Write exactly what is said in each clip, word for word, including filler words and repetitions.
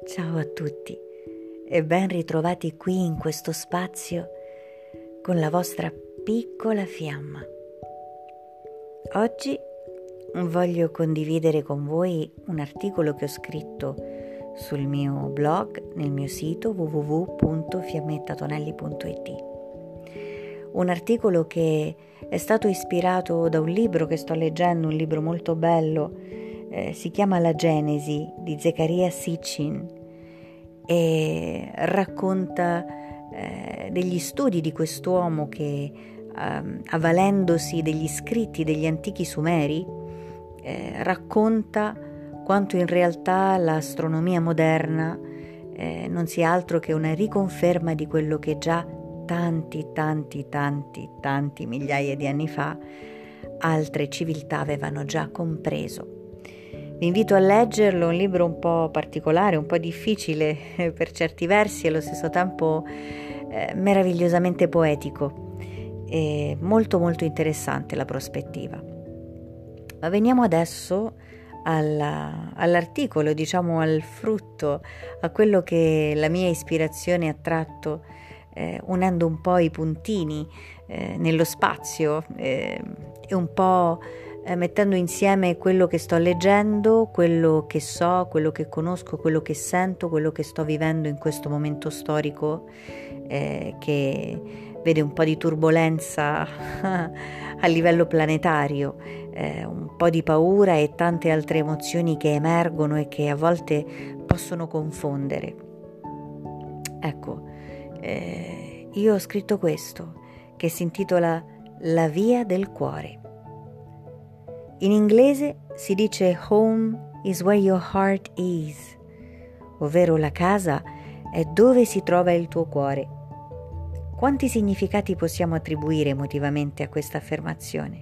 Ciao a tutti e ben ritrovati qui in questo spazio con la vostra piccola fiamma. Oggi voglio condividere con voi un articolo che ho scritto sul mio blog, nel mio sito w w w punto fiammettatonelli punto i t. Un articolo che è stato ispirato da un libro che sto leggendo, un libro molto bello, eh, si chiama La Genesi di Zecharia Sitchin e racconta eh, degli studi di quest'uomo che, eh, avvalendosi degli scritti degli antichi Sumeri, eh, racconta quanto in realtà l'astronomia moderna eh, non sia altro che una riconferma di quello che già tanti, tanti, tanti, tanti migliaia di anni fa altre civiltà avevano già compreso. Vi invito a leggerlo, è un libro un po' particolare, un po' difficile per certi versi e allo stesso tempo eh, meravigliosamente poetico e molto molto interessante la prospettiva. Ma veniamo adesso alla, all'articolo, diciamo al frutto, a quello che la mia ispirazione ha tratto, eh, unendo un po' i puntini eh, nello spazio eh, e un po' mettendo insieme quello che sto leggendo, quello che so, quello che conosco, quello che sento, quello che sto vivendo in questo momento storico eh, che vede un po' di turbolenza a livello planetario, eh, un po' di paura e tante altre emozioni che emergono e che a volte possono confondere. Ecco, eh, io ho scritto questo che si intitola La via del cuore. In inglese si dice home is where your heart is, ovvero la casa è dove si trova il tuo cuore. Quanti significati possiamo attribuire emotivamente a questa affermazione?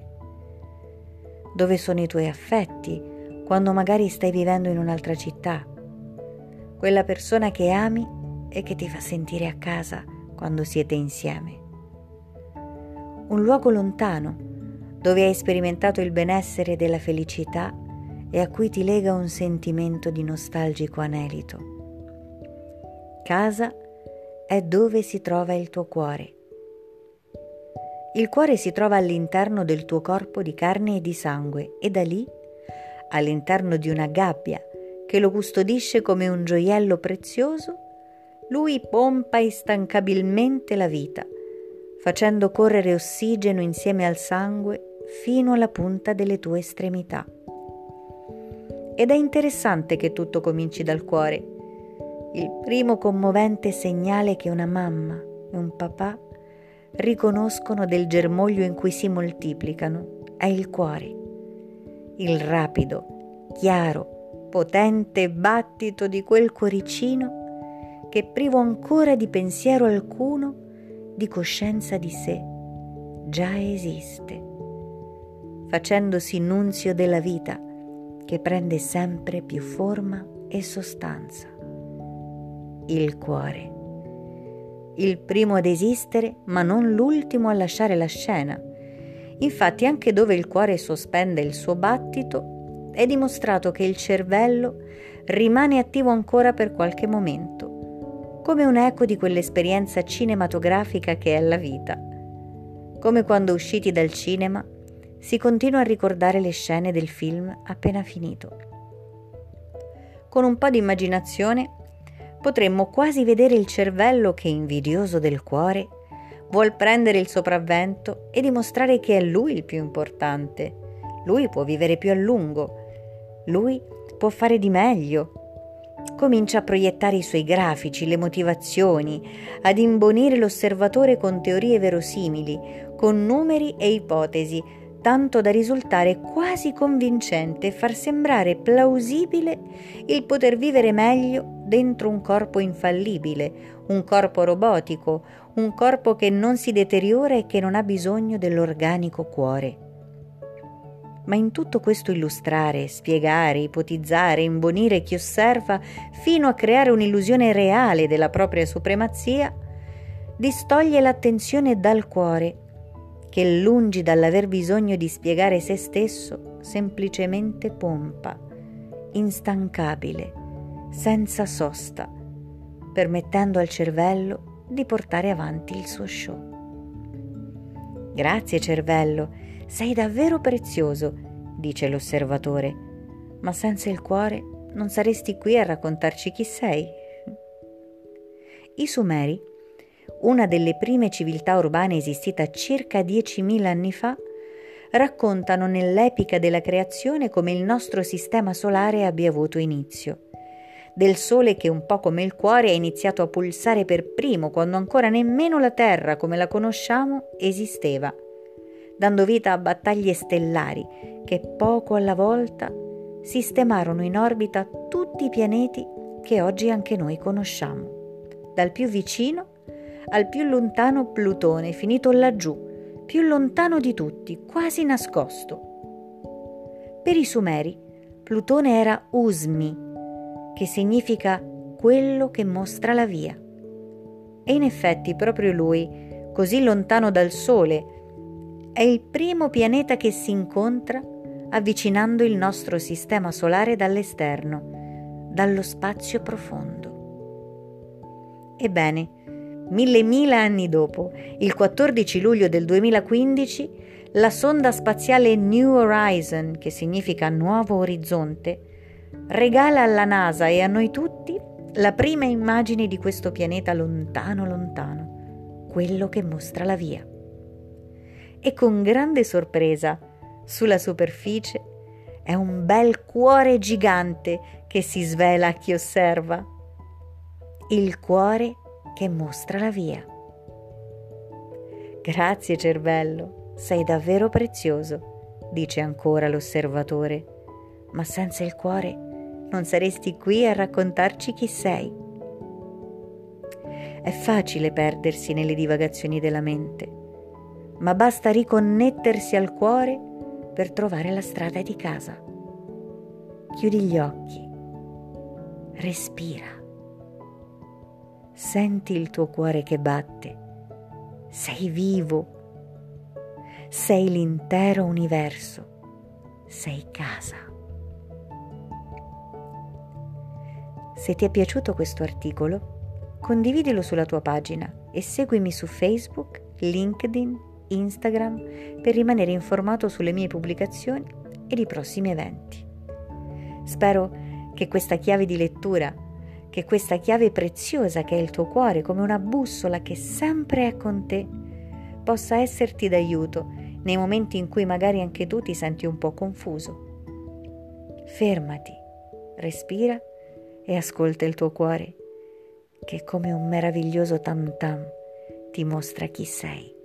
Dove sono i tuoi affetti quando magari stai vivendo in un'altra città? Quella persona che ami e che ti fa sentire a casa quando siete insieme. Un luogo lontano dove hai sperimentato il benessere della felicità e a cui ti lega un sentimento di nostalgico anelito. Casa è dove si trova il tuo cuore. Il cuore si trova all'interno del tuo corpo di carne e di sangue e da lì, all'interno di una gabbia che lo custodisce come un gioiello prezioso, lui pompa instancabilmente la vita, facendo correre ossigeno insieme al sangue fino alla punta delle tue estremità. Ed è interessante che tutto cominci dal cuore. Il primo commovente segnale che una mamma e un papà riconoscono del germoglio in cui si moltiplicano è il cuore. Il rapido, chiaro, potente battito di quel cuoricino che, privo ancora di pensiero alcuno, di coscienza di sé, già esiste, facendosi nunzio della vita che prende sempre più forma e sostanza. Il cuore. Il primo ad esistere, ma non l'ultimo a lasciare la scena. Infatti, anche dove il cuore sospende il suo battito, è dimostrato che il cervello rimane attivo ancora per qualche momento, come un eco di quell'esperienza cinematografica che è la vita. Come quando usciti dal cinema si continua a ricordare le scene del film appena finito. Con un po' di immaginazione potremmo quasi vedere il cervello che, invidioso del cuore, vuol prendere il sopravvento e dimostrare che è lui il più importante. Lui può vivere più a lungo. Lui può fare di meglio. Comincia a proiettare i suoi grafici, le motivazioni, ad imbonire l'osservatore con teorie verosimili, con numeri e ipotesi, tanto da risultare quasi convincente e far sembrare plausibile il poter vivere meglio dentro un corpo infallibile, un corpo robotico, un corpo che non si deteriora e che non ha bisogno dell'organico cuore. Ma in tutto questo illustrare, spiegare, ipotizzare, imbonire chi osserva fino a creare un'illusione reale della propria supremazia, distoglie l'attenzione dal cuore, che lungi dall'aver bisogno di spiegare se stesso, semplicemente pompa, instancabile, senza sosta, permettendo al cervello di portare avanti il suo show. Grazie cervello, sei davvero prezioso, dice l'osservatore, ma senza il cuore non saresti qui a raccontarci chi sei. I Sumeri, una delle prime civiltà urbane esistita circa diecimila anni fa, raccontano nell'epica della creazione come il nostro sistema solare abbia avuto inizio. Del Sole che, un po' come il cuore, ha iniziato a pulsare per primo quando ancora nemmeno la Terra come la conosciamo esisteva, dando vita a battaglie stellari che poco alla volta sistemarono in orbita tutti i pianeti che oggi anche noi conosciamo, dal più vicino al più lontano Plutone, finito laggiù, più lontano di tutti, quasi nascosto. Per i Sumeri, Plutone era Usmi, che significa quello che mostra la via. E in effetti proprio lui, così lontano dal Sole, è il primo pianeta che si incontra avvicinando il nostro sistema solare dall'esterno, dallo spazio profondo. Ebbene, mille mila anni dopo, il quattordici luglio del duemilaquindici, la sonda spaziale New Horizon, che significa nuovo orizzonte, regala alla NASA e a noi tutti la prima immagine di questo pianeta lontano lontano, quello che mostra la via. E con grande sorpresa, sulla superficie, è un bel cuore gigante che si svela a chi osserva. Il cuore che mostra la via. Grazie cervello, sei davvero prezioso, dice ancora l'osservatore, ma senza il cuore non saresti qui a raccontarci chi sei. È facile perdersi nelle divagazioni della mente, ma basta riconnettersi al cuore per trovare la strada di casa. Chiudi gli occhi, respira, senti il tuo cuore che batte, sei vivo, sei l'intero universo, sei casa. Se ti è piaciuto questo articolo, condividilo sulla tua pagina e seguimi su Facebook, LinkedIn, Instagram per rimanere informato sulle mie pubblicazioni e i prossimi eventi. Spero che questa chiave di lettura, che questa chiave preziosa che è il tuo cuore, come una bussola che sempre è con te, possa esserti d'aiuto nei momenti in cui magari anche tu ti senti un po' confuso. Fermati, respira e ascolta il tuo cuore, che come un meraviglioso tam tam ti mostra chi sei.